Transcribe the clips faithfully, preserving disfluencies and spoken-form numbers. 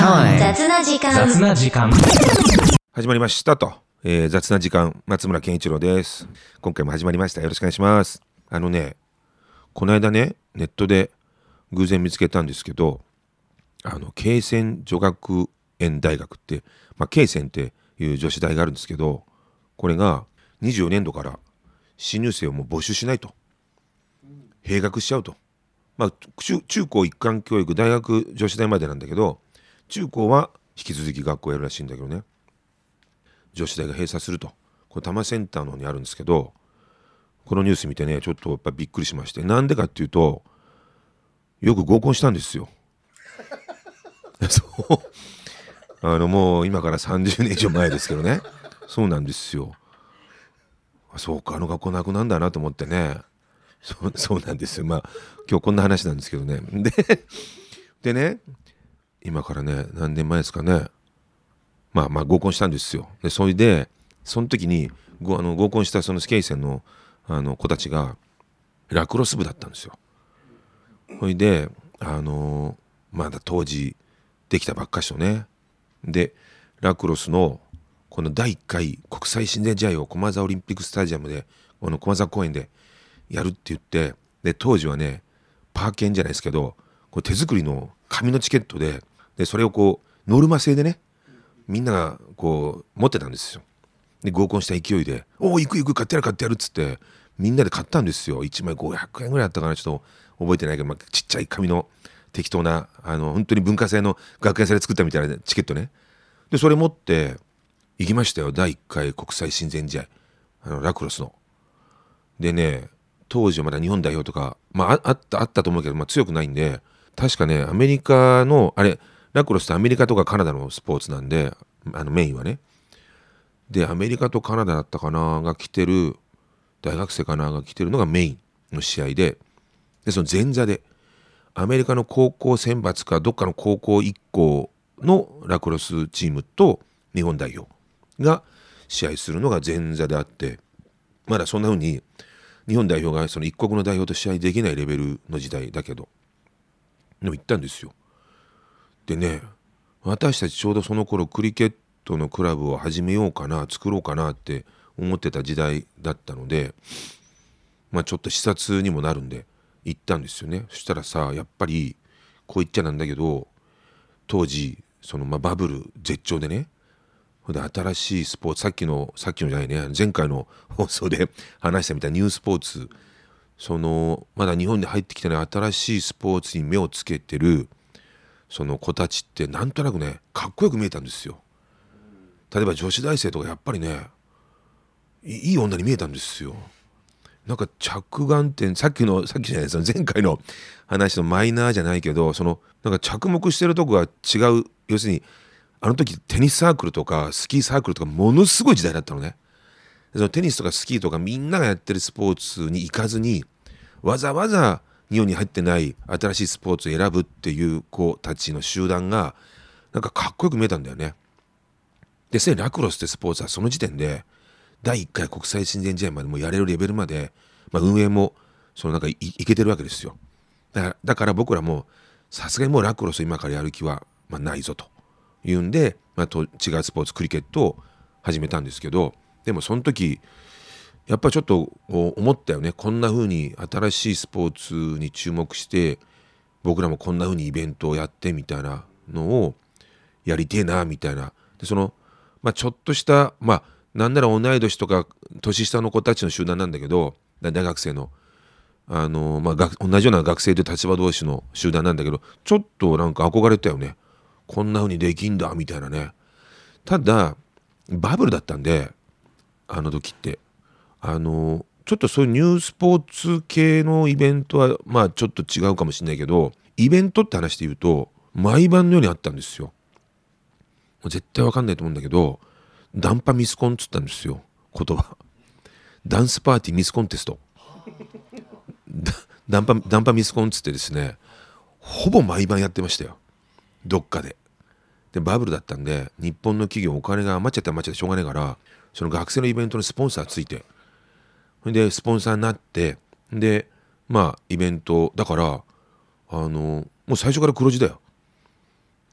time. 雑な時間雑な時間。 始まりましたと、えー、雑な時間、松村健一郎です。今回も始まりました。よろしくお願いします。あのね、この間ね、ネットで偶然見つけたんですけど、あの慶泉女学園大学って、まあ、慶泉っていう女子大があるんですけど、これがにじゅうよねんどから新入生をもう募集しないと、閉学しちゃうと。まあ、中, 中高一貫教育、大学女子大までなんだけど、中高は引き続き学校やるらしいんだけどね、女子大が閉鎖すると。これ多摩センターの方にあるんですけど、このニュース見てね、ちょっとやっぱびっくりしまして、なんでかっていうと、よく合コンしたんですよ。そうあのもう今からさんじゅうねん以上前ですけどね、そうなんですよ。そうか、あの学校なくなんだなと思ってね。そう、そうなんですよ。まあ今日こんな話なんですけどね。で、でね、今からね、何年前ですかね。まあまあ合コンしたんですよ。で、それで、その時にごあの合コンしたそのスケイセンのあの子たちがラクロス部だったんですよ。それで、あのまだ当時できたばっかしとね。で、ラクロスのこのだいいっかい国際親善試合を駒沢オリンピックスタジアムで、この駒沢公園でやるって言って、で当時はね、パー券じゃないですけど、これ手作りの紙のチケットで、でそれをこうノルマ制でね、みんながこう持ってたんですよ。で合コンした勢いで、おお行く行く、買ってやる買ってやるっつってみんなで買ったんですよ。いちまいごひゃくえんぐらいだったかな、ちょっと覚えてないけど、まあ、ちっちゃい紙の適当な、あの本当に文化祭の学園祭で作ったみたいなチケットね。でそれ持って行きましたよ、だいいっかい国際親善試合、あのラクロスの。でね、当時はまだ日本代表とか、まあ、あ, あったあったと思うけど、まあ、強くないんで、確かねアメリカのあれラクロスってアメリカとかカナダのスポーツなんで、あのメインはね。でアメリカとカナダだったかなが来てる、大学生かなが来てるのがメインの試合で、でその前座でアメリカの高校選抜かどっかの高校いっ校のラクロスチームと日本代表が試合するのが前座であって、まだそんな風に日本代表がその一国の代表と試合できないレベルの時代だけど、でも行ったんですよ。でね、私たちちょうどその頃クリケットのクラブを始めようかな、作ろうかなって思ってた時代だったので、まあちょっと視察にもなるんで行ったんですよね。そしたらさ、やっぱりこう言っちゃなんだけど、当時そのまあバブル絶頂でね、で新しいスポーツ、さっきのさっきのじゃないね、前回の放送で話したみたいなニュースポーツ、そのまだ日本に入ってきてない新しいスポーツに目をつけてるその子たちってなんとなくね、かっこよく見えたんですよ。例えば女子大生とかやっぱりね、いい女に見えたんですよ。なんか着眼点、さっきのさっきじゃない、その前回の話のマイナーじゃないけど、そのなんか着目してるとこが違う。要するにあの時テニスサークルとかスキーサークルとかものすごい時代だったのね。そのテニスとかスキーとかみんながやってるスポーツに行かずに、わざわざ日本に入ってない新しいスポーツを選ぶっていう子たちの集団がなんかかっこよく見えたんだよね。で、せいラクロスってスポーツはその時点でだいいっかい国際親善試合までもやれるレベルまで、まあ、運営もそのなんか い, いけてるわけですよ。だから、だから僕らもさすがにもうラクロス今からやる気は、まあ、ないぞというんで、まあ、と違うスポーツクリケットを始めたんですけど、でもその時やっぱりちょっと思ったよね。こんな風に新しいスポーツに注目して僕らもこんな風にイベントをやってみたいなのをやりてえなみたいな。でその、まあ、ちょっとしたまあなんなら同い年とか年下の子たちの集団なんだけど、大学生のあの、まあ、同じような学生という立場同士の集団なんだけど、ちょっとなんか憧れたよね。こんな風にできんだみたいなね。ただバブルだったんで、あの時ってあのちょっとそういうニュースポーツ系のイベントはまあちょっと違うかもしれないけど、イベントって話で言うと毎晩のようにあったんですよ。絶対わかんないと思うんだけど、ダンパミスコンっつったんですよ、言葉。ダンスパーティーミスコンテスト。ダンパダンパミスコンっつってですね、ほぼ毎晩やってましたよ、どっかで。でバブルだったんで、日本の企業お金が余っちゃって余っちゃってしょうがないから、その学生のイベントのスポンサーついて、でスポンサーになって、でまあイベントだから、あのもう最初から黒字だよ。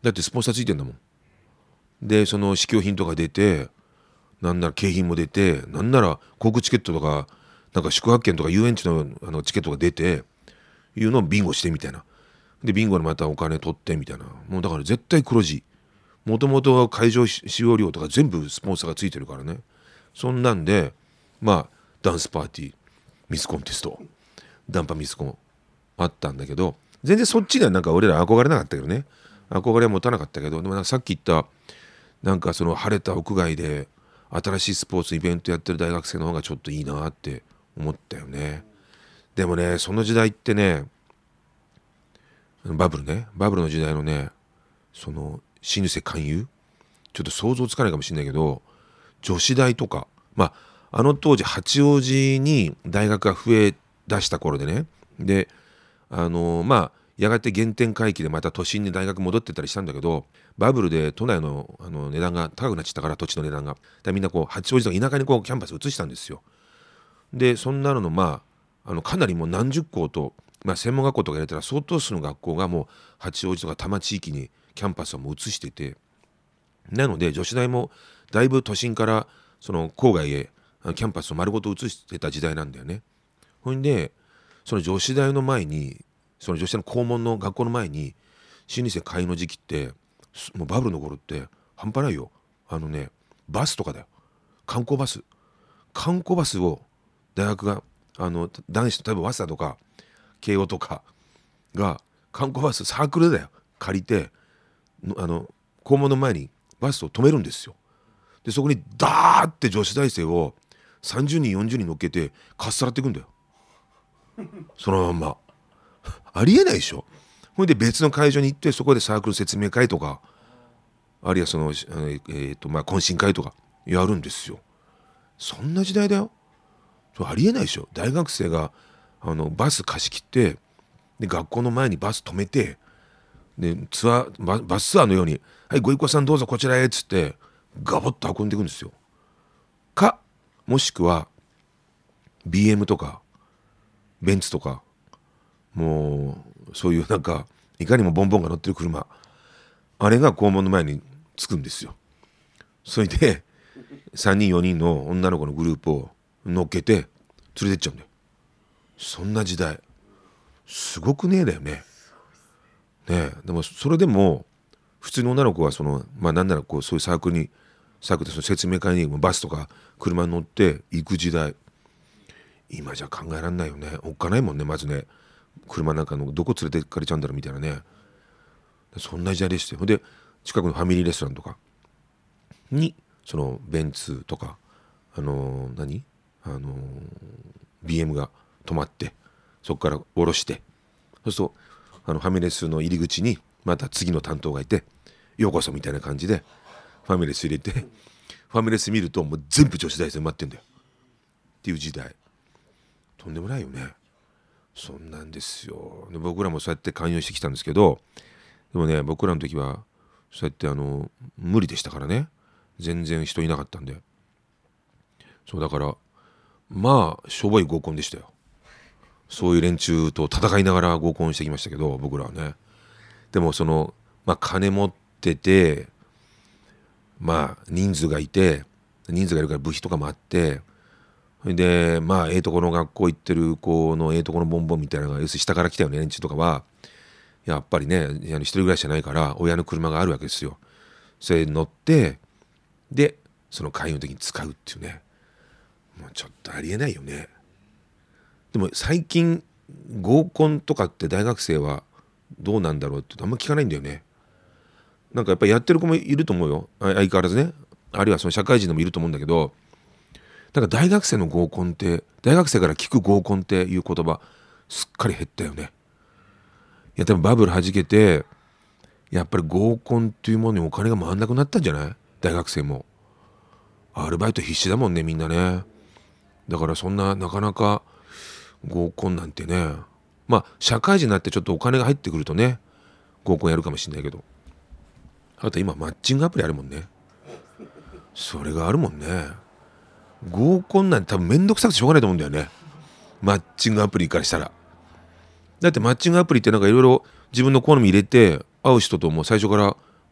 だってスポンサーついてんだもん。でその試供品とか出て、なんなら景品も出て、なんなら航空チケットとかなんか宿泊券とか遊園地のあのチケットが出ていうのをビンゴしてみたいな。でビンゴでまたお金取ってみたいな。もうだから絶対黒字。もともと会場使用料とか全部スポンサーがついてるからね。そんなんでまあダンスパーティー、ミスコンテスト、ダンパミスコンあったんだけど、全然そっちにはなんか俺ら憧れなかったけどね。憧れは持たなかったけど、でもなんかさっき言ったなんかその晴れた屋外で新しいスポーツイベントやってる大学生の方がちょっといいなって思ったよね。でもね、その時代ってね、バブルね、バブルの時代のね、その新入生勧誘、ちょっと想像つかないかもしれないけど、女子大とか、まああの当時八王子に大学が増え出した頃でね、であのまあやがて原点回帰でまた都心に大学戻ってったりしたんだけど、バブルで都内の、あの値段が高くなっちゃったから、土地の値段が。だみんなこう八王子とか田舎にこうキャンパス移したんですよ。でそんなののまああのかなりもう何十校と、まあ、専門学校とか入れたら相当数の学校がもう八王子とか多摩地域にキャンパスをもう移してて、なので女子大もだいぶ都心からその郊外へキャンパスを丸ごと移してた時代なんだよね。ほんでその女子大の前に、その女子大の校門の学校の前に新入生会員の時期って、もうバブルの頃って半端ないよ。あのねバスとかだよ、観光バス観光バスを大学があの男子、例えば早稲田とか慶応とかが観光バスサークルだよ借りて、あの校門の前にバスを止めるんですよ。でそこにダーって女子大生をさんじゅうにんよんじゅうにん乗っけてかっさらっていくんだよそのまんま。ありえないでしょ。ほいで別の会場に行って、そこでサークル説明会とか、あるいはその、えーとまあ、懇親会とかやるんですよ。そんな時代だよ。それありえないでしょ。大学生があのバス貸し切って、で学校の前にバス止めて、でツアー バ, バスツアーのように「はいご一行さんどうぞこちらへ」っつってガボッと運んでいくんですよ。かもしくは ビーエム とかベンツとか、もうそういうなんかいかにもボンボンが乗ってる車、あれが校門の前に着くんですよ。それでさんにんよにんの女の子のグループを乗っけて連れてっちゃうんだよ。そんな時代すごくねえだよね。ねえ、でもそれでも普通の女の子はそのまあなんならこうそういうサークルにサークルでその説明会にバスとか車に乗って行く時代、今じゃ考えられないよね。おっかないもんね。まずね、車なんかのどこ連れて行かれちゃうんだろうみたいなね。そんな時代でしたよ。で近くのファミリーレストランとかにそのベンツとかあのー、何あのー、ビーエム が止まって、そこから降ろして、そうするとあのファミレスの入り口にまた次の担当がいて、ようこそみたいな感じでファミレス入れて、ファミレス見るともう全部女子大生埋まってんだよっていう時代。とんでもないよね。そんなんですよ。で僕らもそうやって勧誘してきたんですけど、でもね僕らの時はそうやってあの無理でしたからね。全然人いなかったんで。そうだからまあしょぼい合コンでしたよ。そういう連中と戦いながら合コンしてきましたけど、僕らはね。でもそのまあ金持ってて、まあ人数がいて、人数がいるから部費とかもあって、でまあええとこの学校行ってる子のええとこのボンボンみたいなのが要するに下から来たよね連中とかは、やっぱりね一人暮らしじゃないから親の車があるわけですよ。それに乗ってでその会員の時に使うっていうね、もうちょっとありえないよね。でも最近合コンとかって大学生はどうなんだろうってあんま聞かないんだよね。なんかやっぱりやってる子もいると思うよ、相変わらずね。あるいはその社会人でもいると思うんだけど、なんか大学生の合コンって、大学生から聞く合コンっていう言葉すっかり減ったよね。いや多分バブルはじけて、やっぱり合コンっていうものにお金が回んなくなったんじゃない？大学生もアルバイト必死だもんねみんなね。だからそんななかなか合コンなんてね、まあ社会人になってちょっとお金が入ってくるとね合コンやるかもしれないけど、あと今マッチングアプリあるもんね。それがあるもんね。合コンなんて多分めんどくさくてしょうがないと思うんだよね、マッチングアプリからしたら。だってマッチングアプリってなんかいろいろ自分の好み入れて会う人ともう最初から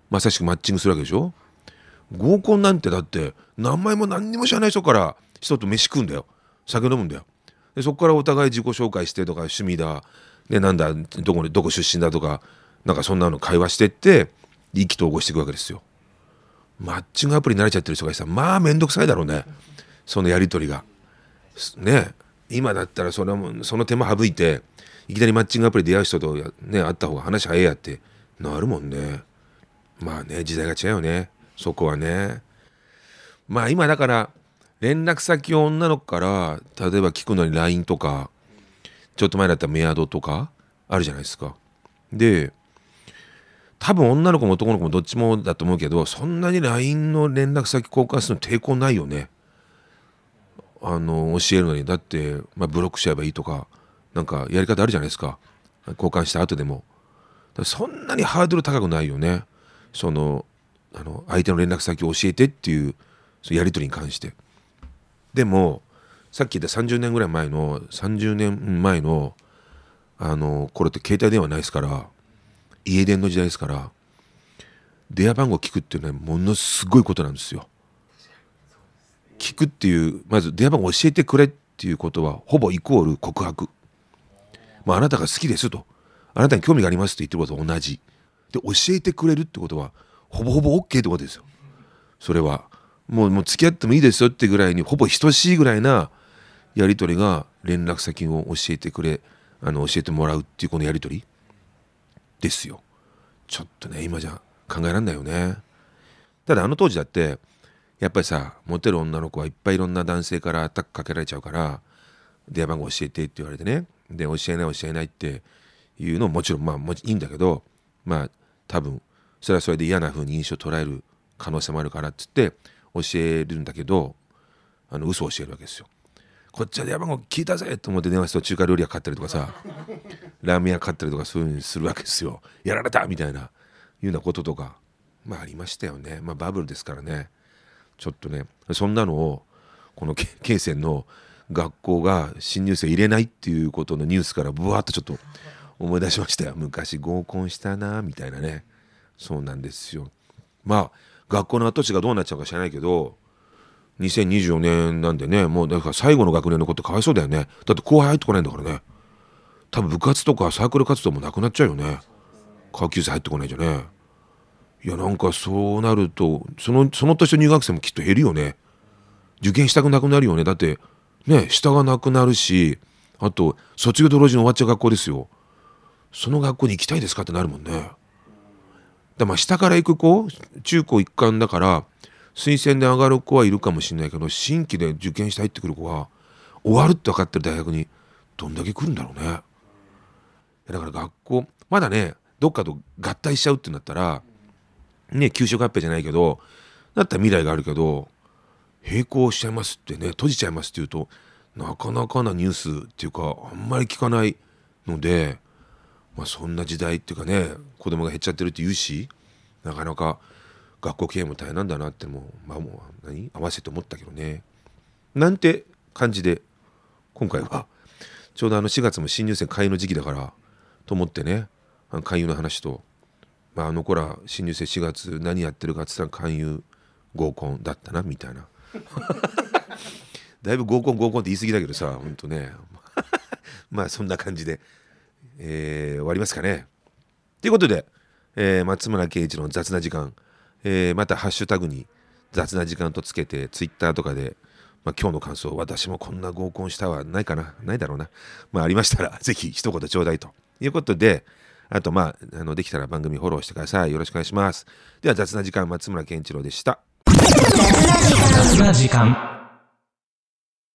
まさしくマッチングするわけでしょ。合コンなんてだって名前も何にも知らない人から人と飯食うんだよ、酒飲むんだよ。でそこからお互い自己紹介してとか、趣味だ、ね、なんだどこどこ出身だとか、なんかそんなの会話してって意気投合していくわけですよ。マッチングアプリに慣れちゃってる人がしたらまあめんどくさいだろうね、そのやり取りがね。今だったらそれもその手間省いていきなりマッチングアプリで出会う人と、ね、会った方が話早いやってなるもんね。まあね、時代が違うよね、そこはね。まあ今だから連絡先を女の子から例えば聞くのに ライン とか、ちょっと前だったらメアドとかあるじゃないですか。で多分女の子も男の子もどっちもだと思うけど、そんなに ライン の連絡先交換するの抵抗ないよね。あの教えるのにだって、まあ、ブロックしちゃえばいいとか、なんかやり方あるじゃないですか、交換した後でも。そんなにハードル高くないよね、そのあの相手の連絡先を教えてっていうそのやり取りに関して。でもさっき言ったさんじゅうねんぐらい前のさんじゅうねんまえのあのこれって携帯電話ないですから、家電の時代ですから、電話番号聞くっていうのはものすごいことなんですよ。聞くっていう、まず電話番号教えてくれっていうことはほぼイコール告白。まあ、あなたが好きですと、あなたに興味がありますって言ってることと同じで、教えてくれるってことはほぼほぼ OK ってことですよ。それはもう、もう付き合ってもいいですよってぐらいにほぼ等しいぐらいなやり取りが、連絡先を教えてくれ、あの教えてもらうっていうこのやり取りですよ。ちょっとね今じゃ考えられないよね。ただあの当時だってやっぱりさ、モテる女の子はいっぱいいろんな男性からアタックかけられちゃうから、電話番号教えてって言われてね、で教えない教えないっていうのももちろんまあもちいいんだけど、まあ多分それはそれで嫌な風に印象を捉える可能性もあるからっつって教えるんだけど、あの嘘を教えるわけですよ。こっちは電話番号聞いたぜと思って電話すると中華料理屋買ったりとかさ、ラーメン屋買ったりとかそういう風にするわけですよ。やられたみたいないうようなこととかまあありましたよね。まあバブルですからね。ちょっとねそんなのをこの慶泉の学校が新入生入れないっていうことのニュースからブワーっとちょっと思い出しましたよ。昔合コンしたなみたいなね。そうなんですよ。まあ学校の跡地がどうなっちゃうか知らないけど、にせんにじゅうよねんなんでね、もうだから最後の学年の子ってかわいそうだよね。だって後輩入ってこないんだからね。多分部活とかサークル活動もなくなっちゃうよね、下級生入ってこないじゃね。いやなんかそうなるとそのその年の入学生もきっと減るよね。受験したくなくなるよね。だってね下がなくなるし、あと卒業と同時に終わっちゃう学校ですよ。その学校に行きたいですかってなるもんね。だまあ下から行く子、中高一貫だから推薦で上がる子はいるかもしれないけど、新規で受験して入ってくる子は終わるって分かってる大学にどんだけ来るんだろうね。だから学校まだねどっかと合体しちゃうってなったらね、給食合併じゃないけどだったら未来があるけど、並行しちゃいますってね、閉じちゃいますっていうとなかなかなニュースっていうかあんまり聞かないので、まあそんな時代っていうかね、子供が減っちゃってるって言うし、なかなか学校経営も大変なんだなってもまあもう何合わせて思ったけどね。なんて感じで今回はちょうどあのしがつも新入生勧誘の時期だからと思ってね、勧誘の話と、まあ、あの子ら新入生しがつ何やってるかって言ったら勧誘合コンだったなみたいなだいぶ合コン合コンって言い過ぎだけどさ、ほんとねまあそんな感じで、えー、終わりますかね。ということで、えー、松村圭一の雑な時間、えー、またハッシュタグに雑な時間とつけてツイッターとかで、まあ、今日の感想、私もこんな合コンしたはないかな、ないだろうな、まあありましたらぜひ一言ちょうだいということで、あとまあ、あのできたら番組フォローしてください。よろしくお願いします。では雑な時間、松村健一郎でした。雑な時間。